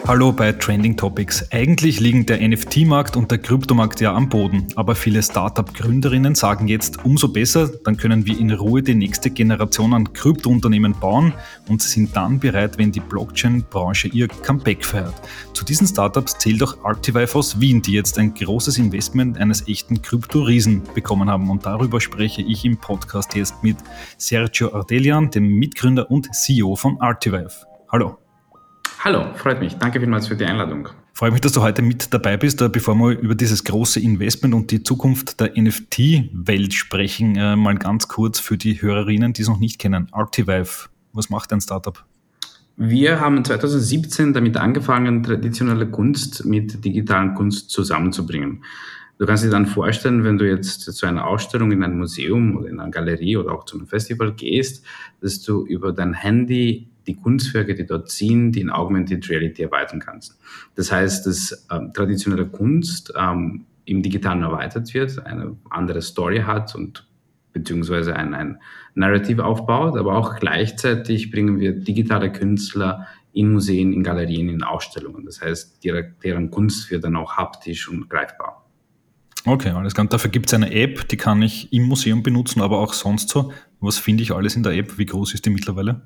Hallo bei Trending Topics. Eigentlich liegen der NFT-Markt und der Kryptomarkt ja am Boden, aber viele Startup-Gründerinnen sagen jetzt, umso besser, dann können wir in Ruhe die nächste Generation an Kryptounternehmen bauen und sind dann bereit, wenn die Blockchain-Branche ihr Comeback feiert. Zu diesen Startups zählt auch Artivive aus Wien, die jetzt ein großes Investment eines echten Krypto-Riesen bekommen haben, und darüber spreche ich im Podcast jetzt mit Sergio Ardelian, dem Mitgründer und CEO von Artivive. Hallo. Hallo, freut mich. Danke vielmals für die Einladung. Freut mich, dass du heute mit dabei bist. Bevor wir über dieses große Investment und die Zukunft der NFT-Welt sprechen, mal ganz kurz für die Hörerinnen, die es noch nicht kennen. Artivive, was macht ein Startup? Wir haben 2017 damit angefangen, traditionelle Kunst mit digitalen Kunst zusammenzubringen. Du kannst dir dann vorstellen, wenn du jetzt zu einer Ausstellung in einem Museum oder in einer Galerie oder auch zu einem Festival gehst, dass du über dein Handy die Kunstwerke, die dort sind, die in Augmented Reality erweitern kannst. Das heißt, dass traditionelle Kunst im Digitalen erweitert wird, eine andere Story hat und beziehungsweise ein Narrative aufbaut, aber auch gleichzeitig bringen wir digitale Künstler in Museen, in Galerien, in Ausstellungen. Das heißt, deren Kunst wird dann auch haptisch und greifbar. Okay, alles klar. Dafür gibt es eine App, die kann ich im Museum benutzen, aber auch sonst so. Was finde ich alles in der App? Wie groß ist die mittlerweile?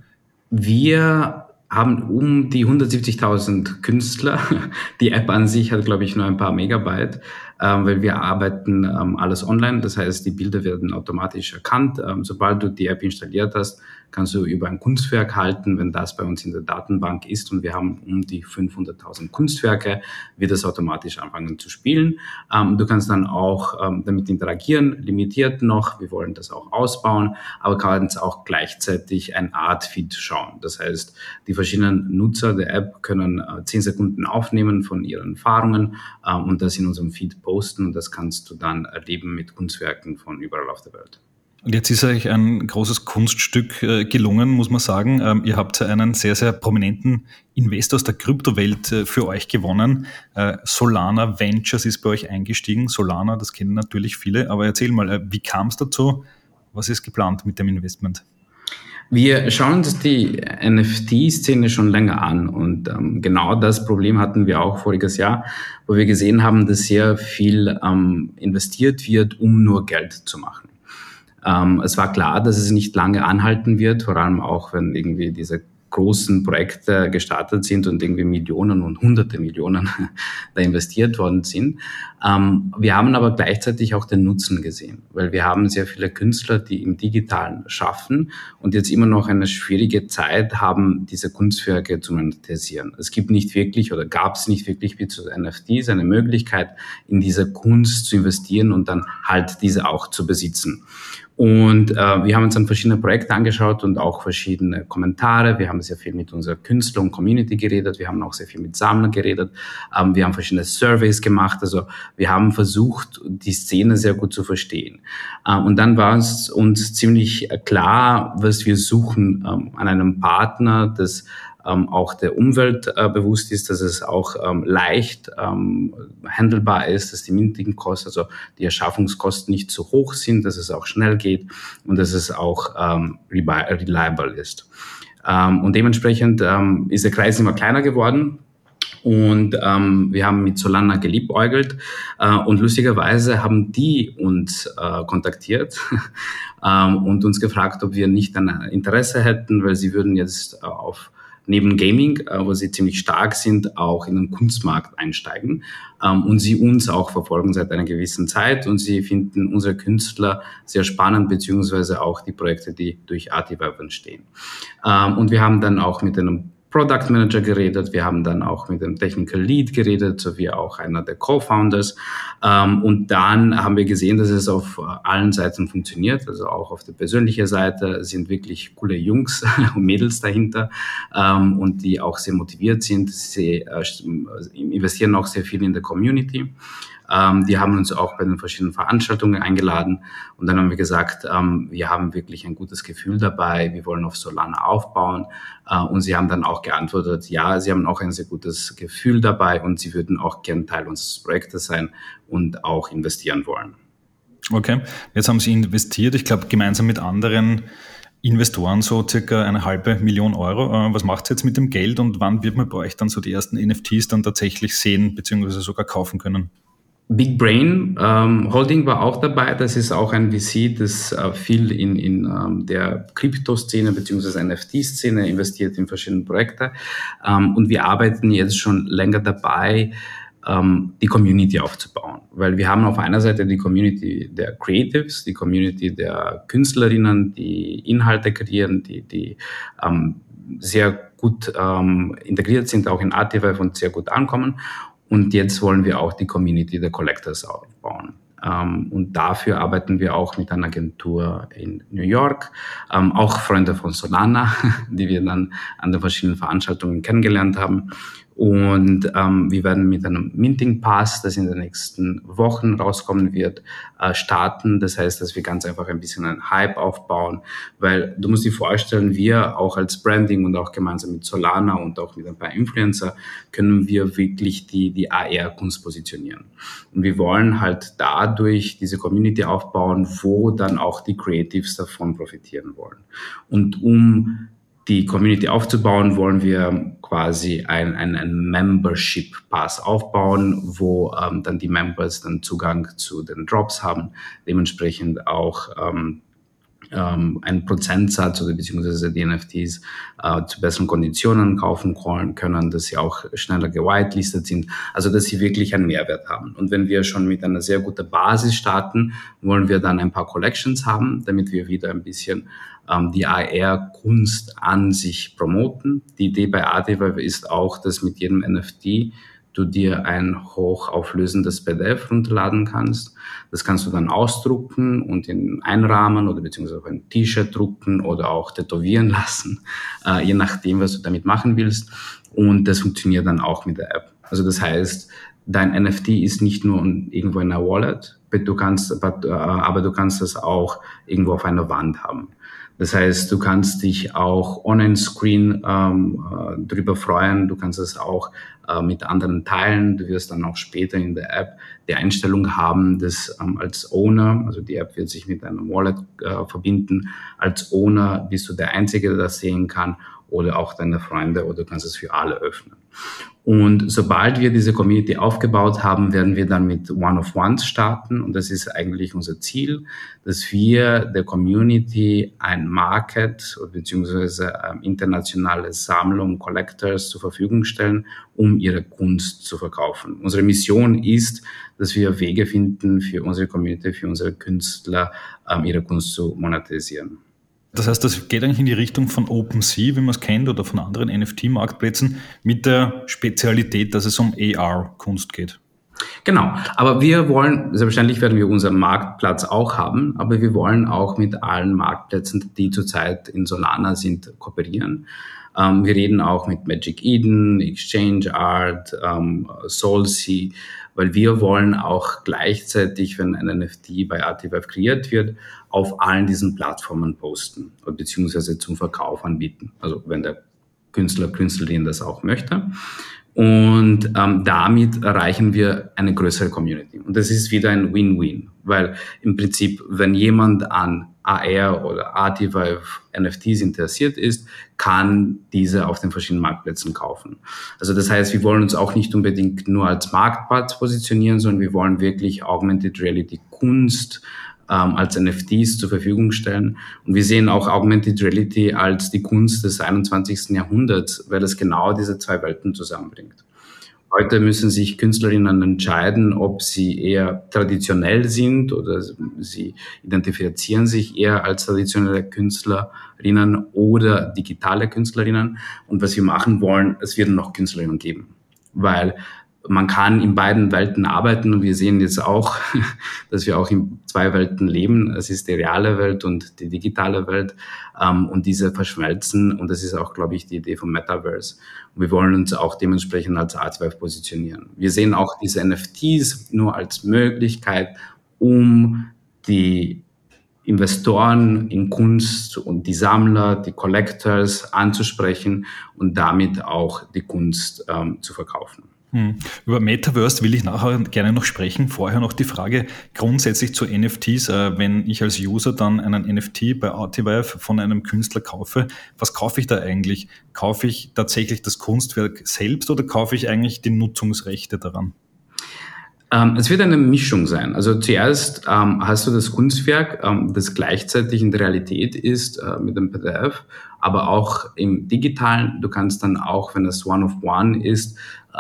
Wir haben um die 170.000 Künstler. Die App an sich hat, glaube ich, nur ein paar Megabyte, weil wir arbeiten alles online. Das heißt, die Bilder werden automatisch erkannt. Sobald du die App installiert hast, kannst du über ein Kunstwerk halten, wenn das bei uns in der Datenbank ist. Und wir haben um die 500.000 Kunstwerke, wird das automatisch anfangen zu spielen. Du kannst dann auch damit interagieren, limitiert noch. Wir wollen das auch ausbauen, aber kannst auch gleichzeitig ein Art-Feed schauen. Das heißt, die verschiedenen Nutzer der App können 10 Sekunden aufnehmen von ihren Erfahrungen und das in unserem Feed posten, und das kannst du dann erleben mit Kunstwerken von überall auf der Welt. Und jetzt ist euch ein großes Kunststück gelungen, muss man sagen. Ihr habt einen sehr, sehr prominenten Investor aus der Kryptowelt für euch gewonnen. Solana Ventures ist bei euch eingestiegen. Solana, das kennen natürlich viele, aber erzähl mal, wie kam es dazu? Was ist geplant mit dem Investment? Wir schauen uns die NFT-Szene schon länger an, und genau das Problem hatten wir auch voriges Jahr, wo wir gesehen haben, dass sehr viel investiert wird, um nur Geld zu machen. Es war klar, dass es nicht lange anhalten wird, vor allem auch, wenn irgendwie diese großen Projekte gestartet sind und irgendwie Millionen und hunderte Millionen da investiert worden sind. Wir haben aber gleichzeitig auch den Nutzen gesehen, weil wir haben sehr viele Künstler, die im Digitalen schaffen und jetzt immer noch eine schwierige Zeit haben, diese Kunstwerke zu monetisieren. Es gibt nicht wirklich oder gab es nicht wirklich wie zu NFTs eine Möglichkeit, in diese Kunst zu investieren und dann halt diese auch zu besitzen. Und wir haben uns dann verschiedene Projekte angeschaut und auch verschiedene Kommentare. Wir haben sehr viel mit unserer Künstler- und Community geredet. Wir haben auch sehr viel mit Sammlern geredet. Wir haben verschiedene Surveys gemacht. Also wir haben versucht, die Szene sehr gut zu verstehen. Und dann war es uns ziemlich klar, was wir suchen an einem Partner, das auch der Umwelt bewusst ist, dass es auch leicht handelbar ist, dass die Minting-Kosten, also die Erschaffungskosten nicht zu hoch sind, dass es auch schnell geht und dass es auch reliable ist. Und dementsprechend ist der Kreis immer kleiner geworden. Und wir haben mit Solana geliebäugelt und lustigerweise haben die uns kontaktiert und uns gefragt, ob wir nicht ein Interesse hätten, weil sie würden jetzt neben Gaming, wo sie ziemlich stark sind, auch in den Kunstmarkt einsteigen und sie uns auch verfolgen seit einer gewissen Zeit und sie finden unsere Künstler sehr spannend, beziehungsweise auch die Projekte, die durch Artivive entstehen. Und wir haben dann auch mit einem Product Manager geredet, wir haben dann auch mit dem Technical Lead geredet, sowie auch einer der Co-Founders. Und dann haben wir gesehen, dass es auf allen Seiten funktioniert, also auch auf der persönlichen Seite sind wirklich coole Jungs und Mädels dahinter und die auch sehr motiviert sind. Sie investieren auch sehr viel in der Community. Die haben uns auch bei den verschiedenen Veranstaltungen eingeladen und dann haben wir gesagt, wir haben wirklich ein gutes Gefühl dabei, wir wollen auf Solana aufbauen und sie haben dann auch geantwortet, ja, sie haben auch ein sehr gutes Gefühl dabei und sie würden auch gern Teil unseres Projektes sein und auch investieren wollen. Okay, jetzt haben Sie investiert, ich glaube gemeinsam mit anderen Investoren so circa 500.000 Euro. Was macht ihr jetzt mit dem Geld und wann wird man bei euch dann so die ersten NFTs dann tatsächlich sehen bzw. sogar kaufen können? Big Brain Holding war auch dabei. Das ist auch ein VC, das viel in der Krypto-Szene bzw. NFT-Szene investiert in verschiedene Projekte. Und wir arbeiten jetzt schon länger dabei, die Community aufzubauen. Weil wir haben auf einer Seite die Community der Creatives, die Community der Künstlerinnen, die Inhalte kreieren, die sehr gut integriert sind, auch in Artivive und sehr gut ankommen. Und jetzt wollen wir auch die Community der Collectors aufbauen. Und dafür arbeiten wir auch mit einer Agentur in New York, auch Freunde von Solana, die wir dann an den verschiedenen Veranstaltungen kennengelernt haben. Und wir werden mit einem Minting Pass, das in den nächsten Wochen rauskommen wird, starten. Das heißt, dass wir ganz einfach ein bisschen einen Hype aufbauen, weil du musst dir vorstellen, wir auch als Branding und auch gemeinsam mit Solana und auch mit ein paar Influencer können wir wirklich die AR-Kunst positionieren. Und wir wollen halt dadurch diese Community aufbauen, wo dann auch die Creatives davon profitieren wollen. Und um die Community aufzubauen, wollen wir quasi ein Membership Pass aufbauen, wo dann die Members dann Zugang zu den Drops haben, dementsprechend auch einen Prozentsatz oder beziehungsweise die NFTs zu besseren Konditionen kaufen können, dass sie auch schneller gewitelistet sind, also dass sie wirklich einen Mehrwert haben. Und wenn wir schon mit einer sehr guten Basis starten, wollen wir dann ein paar Collections haben, damit wir wieder ein bisschen die AR-Kunst an sich promoten. Die Idee bei Artivive ist auch, dass mit jedem NFT du dir ein hochauflösendes PDF runterladen kannst. Das kannst du dann ausdrucken und einrahmen oder beziehungsweise auf ein T-Shirt drucken oder auch tätowieren lassen, je nachdem, was du damit machen willst. Und das funktioniert dann auch mit der App. Also das heißt, dein NFT ist nicht nur irgendwo in einer Wallet, aber du kannst es auch irgendwo auf einer Wand haben. Das heißt, du kannst dich auch on-screen drüber freuen, du kannst es auch mit anderen teilen. Du wirst dann auch später in der App die Einstellung haben, dass als Owner, also die App wird sich mit einem Wallet verbinden, als Owner bist du der Einzige, der das sehen kann oder auch deine Freunde oder du kannst es für alle öffnen. Und sobald wir diese Community aufgebaut haben, werden wir dann mit One-of-Ones starten. Und das ist eigentlich unser Ziel, dass wir der Community ein Market beziehungsweise internationale Sammlung Collectors zur Verfügung stellen, um ihre Kunst zu verkaufen. Unsere Mission ist, dass wir Wege finden für unsere Community, für unsere Künstler, ihre Kunst zu monetarisieren. Das heißt, das geht eigentlich in die Richtung von OpenSea, wie man es kennt, oder von anderen NFT-Marktplätzen, mit der Spezialität, dass es um AR-Kunst geht. Genau, aber wir wollen, selbstverständlich werden wir unseren Marktplatz auch haben, aber wir wollen auch mit allen Marktplätzen, die zurzeit in Solana sind, kooperieren. Wir reden auch mit Magic Eden, Exchange Art, SoulSea, weil wir wollen auch gleichzeitig, wenn ein NFT bei Artivive kreiert wird, auf allen diesen Plattformen posten beziehungsweise zum Verkauf anbieten. Also wenn der Künstler, Künstlerin das auch möchte. Und damit erreichen wir eine größere Community. Und das ist wieder ein Win-Win, weil im Prinzip, wenn jemand an AR oder Artivive NFTs interessiert ist, kann diese auf den verschiedenen Marktplätzen kaufen. Also das heißt, wir wollen uns auch nicht unbedingt nur als Marktplatz positionieren, sondern wir wollen wirklich Augmented Reality Kunst als NFTs zur Verfügung stellen. Und wir sehen auch Augmented Reality als die Kunst des 21. Jahrhunderts, weil es genau diese zwei Welten zusammenbringt. Heute müssen sich Künstlerinnen entscheiden, ob sie eher traditionell sind oder sie identifizieren sich eher als traditionelle Künstlerinnen oder digitale Künstlerinnen. Und was wir machen wollen, es wird noch Künstlerinnen geben, weil man kann in beiden Welten arbeiten und wir sehen jetzt auch, dass wir auch in zwei Welten leben. Es ist die reale Welt und die digitale Welt und diese verschmelzen und das ist auch, glaube ich, die Idee vom Metaverse. Und wir wollen uns auch dementsprechend als Artivive positionieren. Wir sehen auch diese NFTs nur als Möglichkeit, um die Investoren in Kunst und die Sammler, die Collectors anzusprechen und damit auch die Kunst zu verkaufen. Über Metaverse will ich nachher gerne noch sprechen. Vorher noch die Frage grundsätzlich zu NFTs. Wenn ich als User dann einen NFT bei Artivive von einem Künstler kaufe, was kaufe ich da eigentlich? Kaufe ich tatsächlich das Kunstwerk selbst oder kaufe ich eigentlich die Nutzungsrechte daran? Es wird eine Mischung sein. Also zuerst hast du das Kunstwerk, das gleichzeitig in der Realität ist mit dem PDF, aber auch im Digitalen. Du kannst dann auch, wenn es One of One ist,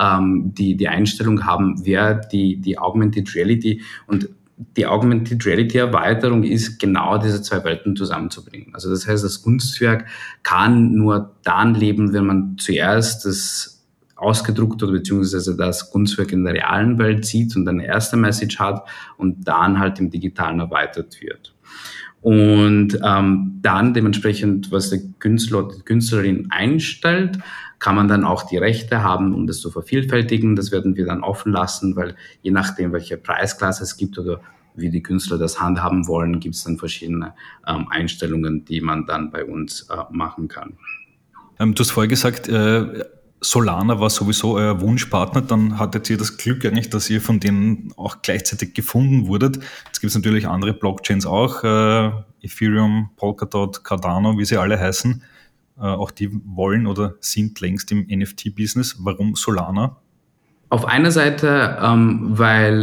die Einstellung haben, wer die Augmented Reality und die Augmented Reality Erweiterung ist genau diese zwei Welten zusammenzubringen. Also das heißt, das Kunstwerk kann nur dann leben, wenn man zuerst das ausgedruckt oder beziehungsweise das Kunstwerk in der realen Welt sieht und eine erste Message hat und dann halt im Digitalen erweitert wird. Und dann dementsprechend, was der Künstler oder die Künstlerin einstellt, kann man dann auch die Rechte haben, um das zu vervielfältigen. Das werden wir dann offen lassen, weil je nachdem, welche Preisklasse es gibt oder wie die Künstler das handhaben wollen, gibt es dann verschiedene Einstellungen, die man dann bei uns machen kann. Du hast vorher gesagt, Solana war sowieso euer Wunschpartner, dann hattet ihr das Glück eigentlich, dass ihr von denen auch gleichzeitig gefunden wurdet. Jetzt gibt es natürlich andere Blockchains auch, Ethereum, Polkadot, Cardano, wie sie alle heißen. Auch die wollen oder sind längst im NFT-Business. Warum Solana? Auf einer Seite, weil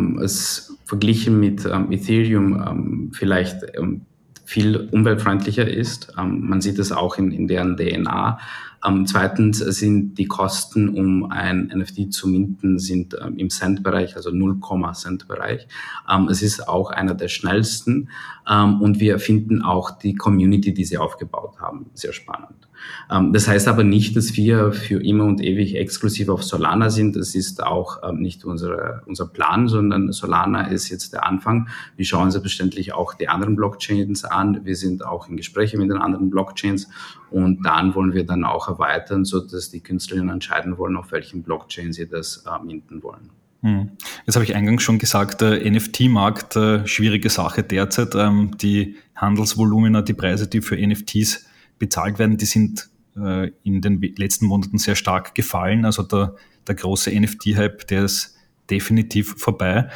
es verglichen mit Ethereum vielleicht viel umweltfreundlicher ist. Man sieht es auch in deren DNA. Zweitens sind die Kosten, um ein NFT zu minten, sind im Cent-Bereich, also 0, Cent-Bereich. Es ist auch einer der schnellsten und wir finden auch die Community, die sie aufgebaut haben, sehr spannend. Das heißt aber nicht, dass wir für immer und ewig exklusiv auf Solana sind. Das ist auch nicht unser Plan, sondern Solana ist jetzt der Anfang. Wir schauen selbstverständlich auch die anderen Blockchains an. Wir sind auch in Gesprächen mit den anderen Blockchains und dann wollen wir dann auch erweitern, sodass die Künstlerinnen entscheiden wollen, auf welchen Blockchain sie das minten wollen. Jetzt habe ich eingangs schon gesagt, der NFT-Markt, schwierige Sache derzeit. Die Handelsvolumina, die Preise, die für NFTs bezahlt werden, die sind in den letzten Monaten sehr stark gefallen. Also der große NFT-Hype, der ist definitiv vorbei.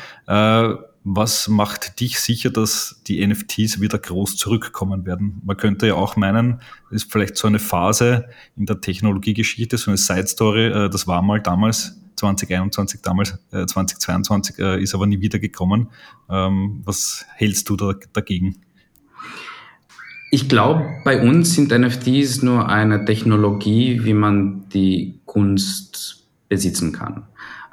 Was macht dich sicher, dass die NFTs wieder groß zurückkommen werden? Man könnte ja auch meinen, das ist vielleicht so eine Phase in der Technologiegeschichte, so eine Side-Story, das war mal damals 2021, damals 2022, ist aber nie wieder gekommen. Was hältst du dagegen? Ich glaube, bei uns sind NFTs nur eine Technologie, wie man die Kunst besitzen kann.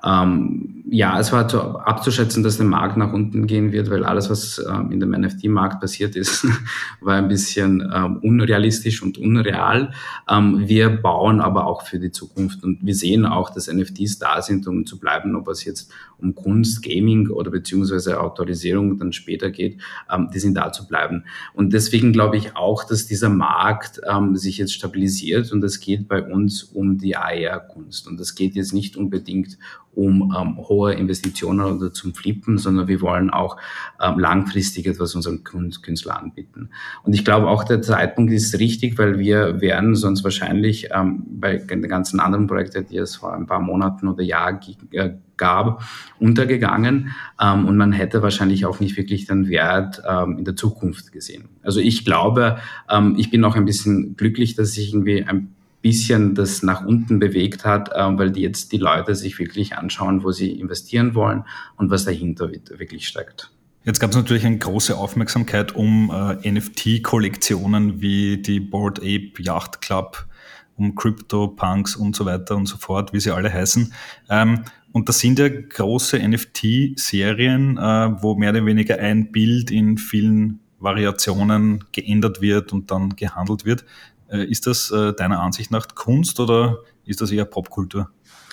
Ja, es war abzuschätzen, dass der Markt nach unten gehen wird, weil alles, was in dem NFT-Markt passiert ist, war ein bisschen unrealistisch und unreal. Wir bauen aber auch für die Zukunft und wir sehen auch, dass NFTs da sind, um zu bleiben, ob es jetzt um Kunst, Gaming oder beziehungsweise Autorisierung dann später geht, die sind da zu bleiben. Und deswegen glaube ich auch, dass dieser Markt sich jetzt stabilisiert und es geht bei uns um die AR-Kunst und es geht jetzt nicht unbedingt um hohe Investitionen oder zum Flippen, sondern wir wollen auch langfristig etwas unseren Künstlern anbieten. Und ich glaube auch, der Zeitpunkt ist richtig, weil wir wären sonst wahrscheinlich bei den ganzen anderen Projekten, die es vor ein paar Monaten oder Jahren gab, untergegangen und man hätte wahrscheinlich auch nicht wirklich den Wert in der Zukunft gesehen. Also ich glaube, ich bin auch ein bisschen glücklich, dass ich irgendwie ein bisschen das nach unten bewegt hat, weil jetzt die Leute sich wirklich anschauen, wo sie investieren wollen und was dahinter wirklich steckt. Jetzt gab es natürlich eine große Aufmerksamkeit um NFT-Kollektionen wie die Bored Ape Yacht Club, um CryptoPunks und so weiter und so fort, wie sie alle heißen. Und das sind ja große NFT-Serien, wo mehr oder weniger ein Bild in vielen Variationen geändert wird und dann gehandelt wird. Ist das deiner Ansicht nach Kunst oder ist das eher Popkultur?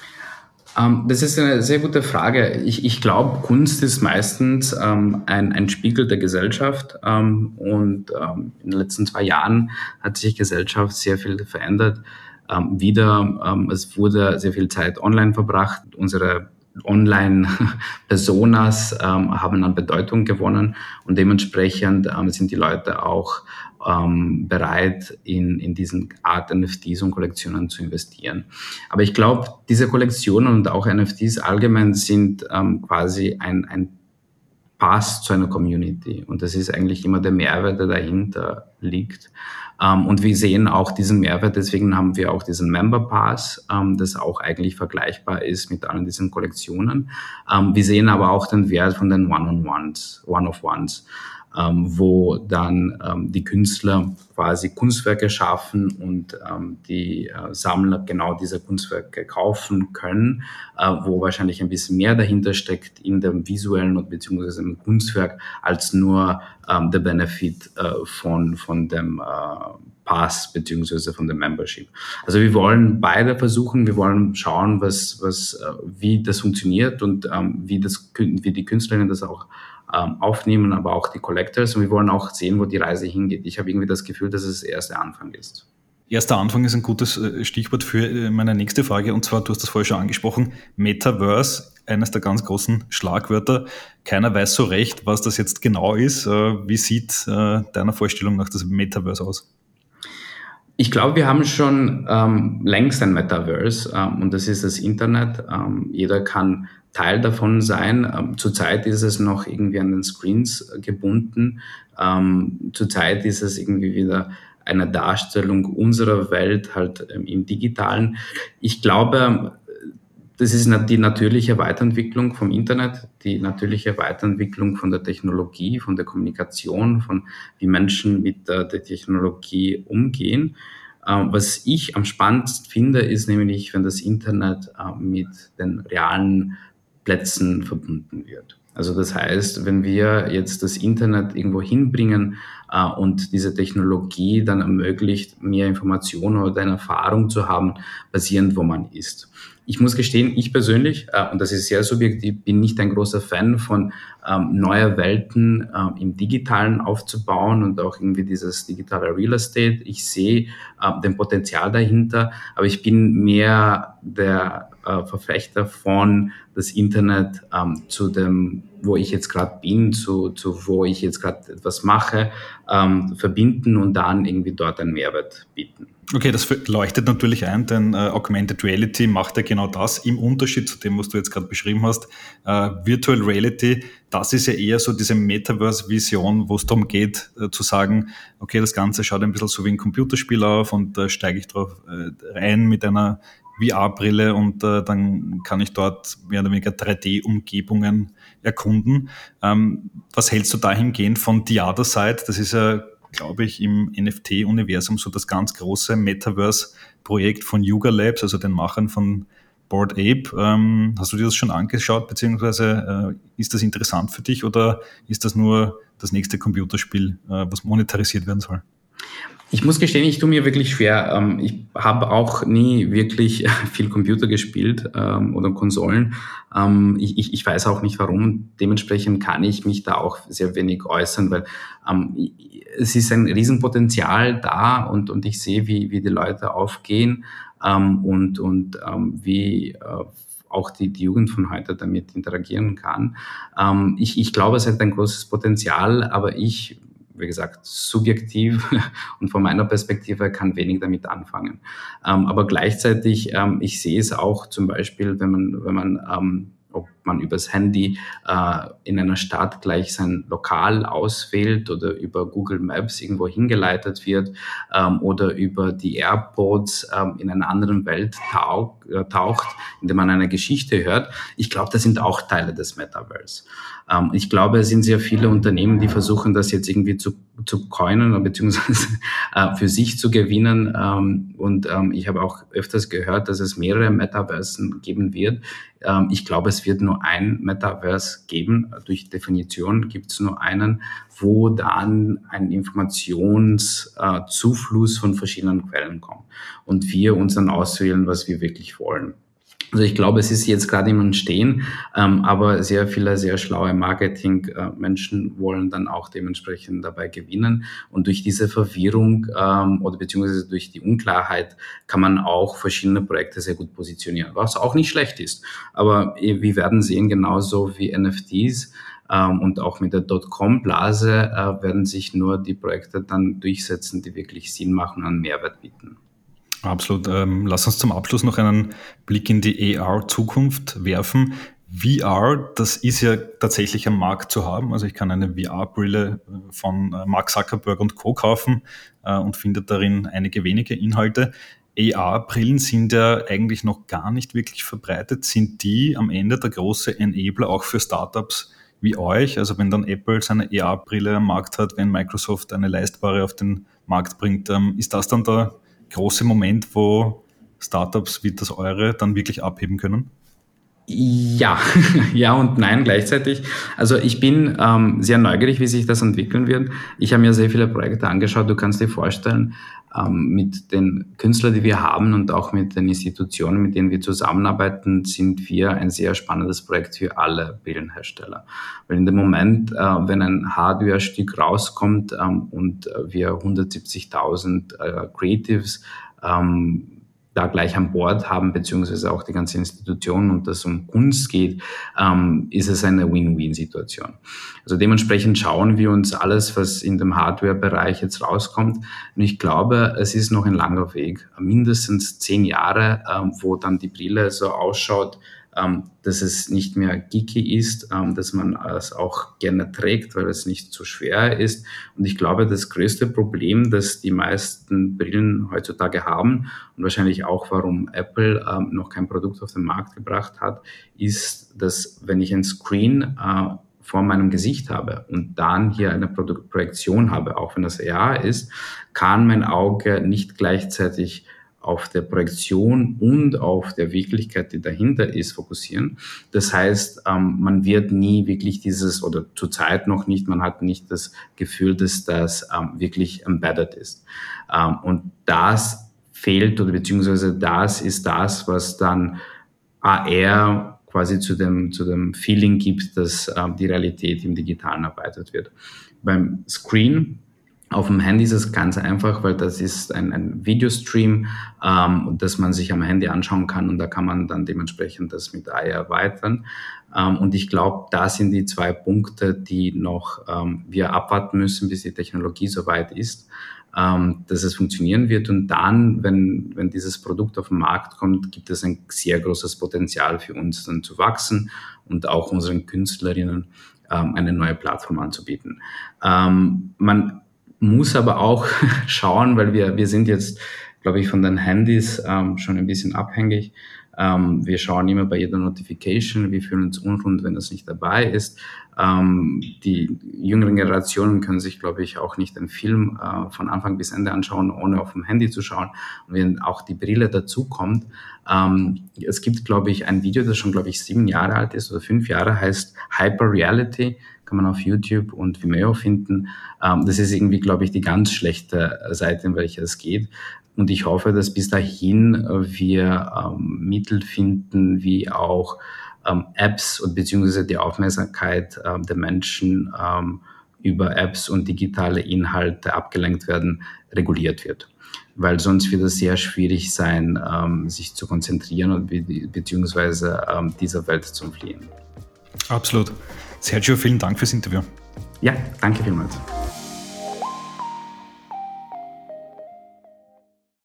Das ist eine sehr gute Frage. Ich glaube, Kunst ist meistens ein Spiegel der Gesellschaft und in den letzten 2 Jahren hat sich Gesellschaft sehr viel verändert. Es wurde sehr viel Zeit online verbracht. Unsere Online-Personas haben an Bedeutung gewonnen und dementsprechend sind die Leute auch bereit, in diesen Art NFTs und Kollektionen zu investieren. Aber ich glaube, diese Kollektionen und auch NFTs allgemein sind quasi ein Pass zu einer Community. Und das ist eigentlich immer der Mehrwert, der dahinter liegt. Und wir sehen auch diesen Mehrwert, deswegen haben wir auch diesen Member Pass, das auch eigentlich vergleichbar ist mit allen diesen Kollektionen. Wir sehen aber auch den Wert von den One-of-Ones, wo dann die Künstler quasi Kunstwerke schaffen und die Sammler genau diese Kunstwerke kaufen können, wo wahrscheinlich ein bisschen mehr dahinter steckt in dem visuellen und beziehungsweise im Kunstwerk als nur der Benefit von dem Pass beziehungsweise von der Membership. Also wir wollen beide versuchen, wir wollen schauen, wie das funktioniert und wie die Künstlerinnen das auch aufnehmen, aber auch die Collectors. Und wir wollen auch sehen, wo die Reise hingeht. Ich habe irgendwie das Gefühl, dass es erst der Anfang ist. Erster Anfang ist ein gutes Stichwort für meine nächste Frage. Und zwar, du hast das vorher schon angesprochen, Metaverse, eines der ganz großen Schlagwörter. Keiner weiß so recht, was das jetzt genau ist. Wie sieht deiner Vorstellung nach das Metaverse aus? Ich glaube, wir haben schon längst ein Metaverse und das ist das Internet. Jeder kann Teil davon sein. Zurzeit ist es noch irgendwie an den Screens gebunden. Zurzeit ist es irgendwie wieder eine Darstellung unserer Welt halt im Digitalen. Ich glaube, das ist die natürliche Weiterentwicklung vom Internet, die natürliche Weiterentwicklung von der Technologie, von der Kommunikation, von wie Menschen mit der Technologie umgehen. Was ich am spannendsten finde, ist nämlich, wenn das Internet mit den realen Plätzen verbunden wird. Also das heißt, wenn wir jetzt das Internet irgendwo hinbringen und diese Technologie dann ermöglicht, mehr Informationen oder eine Erfahrung zu haben, basierend wo man ist. Ich muss gestehen, ich persönlich, und das ist sehr subjektiv, bin nicht ein großer Fan von neue Welten im Digitalen aufzubauen und auch irgendwie dieses digitale Real Estate. Ich sehe den Potenzial dahinter, aber ich bin mehr der Verfechter von das Internet zu dem, wo ich jetzt gerade bin, zu wo ich jetzt gerade etwas mache, verbinden und dann irgendwie dort einen Mehrwert bieten. Okay, das leuchtet natürlich ein, denn Augmented Reality macht ja genau das, im Unterschied zu dem, was du jetzt gerade beschrieben hast. Virtual Reality, das ist ja eher so diese Metaverse-Vision, wo es darum geht, zu sagen, okay, das Ganze schaut ein bisschen so wie ein Computerspiel auf und da steige ich drauf rein mit einer VR-Brille und dann kann ich dort mehr oder weniger 3D-Umgebungen erkunden. Was hältst du dahingehend von The Other Side? Das ist ja, glaube ich, im NFT-Universum so das ganz große Metaverse-Projekt von Yuga Labs, also den Machern von Bored Ape. Hast du dir das schon angeschaut, beziehungsweise ist das interessant für dich oder ist das nur das nächste Computerspiel, was monetarisiert werden soll? Ich muss gestehen, ich tue mir wirklich schwer. Ich habe auch nie wirklich viel Computer gespielt oder Konsolen. Ich weiß auch nicht warum. Dementsprechend kann ich mich da auch sehr wenig äußern, weil es ist ein Riesenpotenzial da und ich sehe, wie die Leute aufgehen und wie auch die Jugend von heute damit interagieren kann. Ich glaube, es hat ein großes Potenzial, aber wie gesagt, subjektiv und von meiner Perspektive kann wenig damit anfangen. Aber gleichzeitig, ich sehe es auch zum Beispiel, ob man übers Handy in einer Stadt gleich sein Lokal auswählt oder über Google Maps irgendwo hingeleitet wird oder über die AirPods in einer anderen Welt taucht, indem man eine Geschichte hört. Ich glaube, das sind auch Teile des Metaverse. Ich glaube, es sind sehr viele Unternehmen, die versuchen, das jetzt irgendwie zu coinen beziehungsweise für sich zu gewinnen. Und ich habe auch öfters gehört, dass es mehrere Metaversen geben wird. Ich glaube, es wird nur ein Metaverse geben. Durch Definition gibt es nur einen, wo dann ein Informationszufluss von verschiedenen Quellen kommt. Und wir uns dann auswählen, was wir wirklich wollen. Also ich glaube, es ist jetzt gerade im Entstehen, aber sehr viele sehr schlaue Marketing-Menschen wollen dann auch dementsprechend dabei gewinnen. Und durch diese Verwirrung oder beziehungsweise durch die Unklarheit kann man auch verschiedene Projekte sehr gut positionieren, was auch nicht schlecht ist. Aber wir werden sehen, genauso wie NFTs und auch mit der Dotcom-Blase werden sich nur die Projekte dann durchsetzen, die wirklich Sinn machen und einen Mehrwert bieten. Absolut. Lass uns zum Abschluss noch einen Blick in die AR-Zukunft werfen. VR, das ist ja tatsächlich am Markt zu haben. Also ich kann eine VR-Brille von Mark Zuckerberg und Co. kaufen und finde darin einige wenige Inhalte. AR-Brillen sind ja eigentlich noch gar nicht wirklich verbreitet. Sind die am Ende der große Enabler auch für Startups wie euch? Also wenn dann Apple seine AR-Brille am Markt hat, wenn Microsoft eine leistbare auf den Markt bringt, ist das dann der große Moment, wo Startups wie das eure dann wirklich abheben können? Ja, ja und nein gleichzeitig. Also ich bin sehr neugierig, wie sich das entwickeln wird. Ich habe mir sehr viele Projekte angeschaut. Du kannst dir vorstellen, mit den Künstlern, die wir haben und auch mit den Institutionen, mit denen wir zusammenarbeiten, sind wir ein sehr spannendes Projekt für alle Brillenhersteller. Weil in dem Moment, wenn ein Hardware-Stück rauskommt und wir 170.000 Creatives da gleich an Bord haben, beziehungsweise auch die ganze Institution und das um Kunst geht, ist es eine Win-Win-Situation. Also dementsprechend schauen wir uns alles, was in dem Hardware-Bereich jetzt rauskommt. Und ich glaube, es ist noch ein langer Weg, mindestens 10 Jahre, wo dann die Brille so ausschaut, dass es nicht mehr geeky ist, dass man es auch gerne trägt, weil es nicht zu schwer ist. Und ich glaube, das größte Problem, das die meisten Brillen heutzutage haben und wahrscheinlich auch, warum Apple noch kein Produkt auf den Markt gebracht hat, ist, dass wenn ich ein Screen vor meinem Gesicht habe und dann hier eine Projektion habe, auch wenn das AR ist, kann mein Auge nicht gleichzeitig auf der Projektion und auf der Wirklichkeit, die dahinter ist, fokussieren. Das heißt, man wird nie wirklich dieses, oder zurzeit noch nicht, man hat nicht das Gefühl, dass das wirklich embedded ist. Und das fehlt, oder beziehungsweise das ist das, was dann AR quasi zu dem Feeling gibt, dass die Realität im Digitalen erweitert wird. Beim Screen auf dem Handy ist es ganz einfach, weil das ist ein Videostream, das man sich am Handy anschauen kann und da kann man dann dementsprechend das mit AI erweitern. Und ich glaube, da sind die 2 Punkte, die noch wir abwarten müssen, bis die Technologie soweit ist, dass es funktionieren wird. Und dann, wenn dieses Produkt auf den Markt kommt, gibt es ein sehr großes Potenzial für uns dann zu wachsen und auch unseren Künstlerinnen eine neue Plattform anzubieten. Man muss aber auch schauen, weil wir sind jetzt, glaube ich, von den Handys schon ein bisschen abhängig. Wir schauen immer bei jeder Notification, wir fühlen uns unrund, wenn das nicht dabei ist. Die jüngeren Generationen können sich, glaube ich, auch nicht einen Film von Anfang bis Ende anschauen, ohne auf dem Handy zu schauen. Und wenn auch die Brille dazu kommt, es gibt, glaube ich, ein Video, das schon, glaube ich, 7 Jahre alt ist oder 5 Jahre, heißt Hyper Reality, kann man auf YouTube und Vimeo finden. Das ist irgendwie, glaube ich, die ganz schlechte Seite, in welcher es geht. Und ich hoffe, dass bis dahin wir Mittel finden, wie auch Apps und beziehungsweise die Aufmerksamkeit der Menschen über Apps und digitale Inhalte abgelenkt werden, reguliert wird. Weil sonst wird es sehr schwierig sein, sich zu konzentrieren und beziehungsweise dieser Welt zu entfliehen. Absolut. Sergio, vielen Dank fürs Interview. Ja, danke vielmals.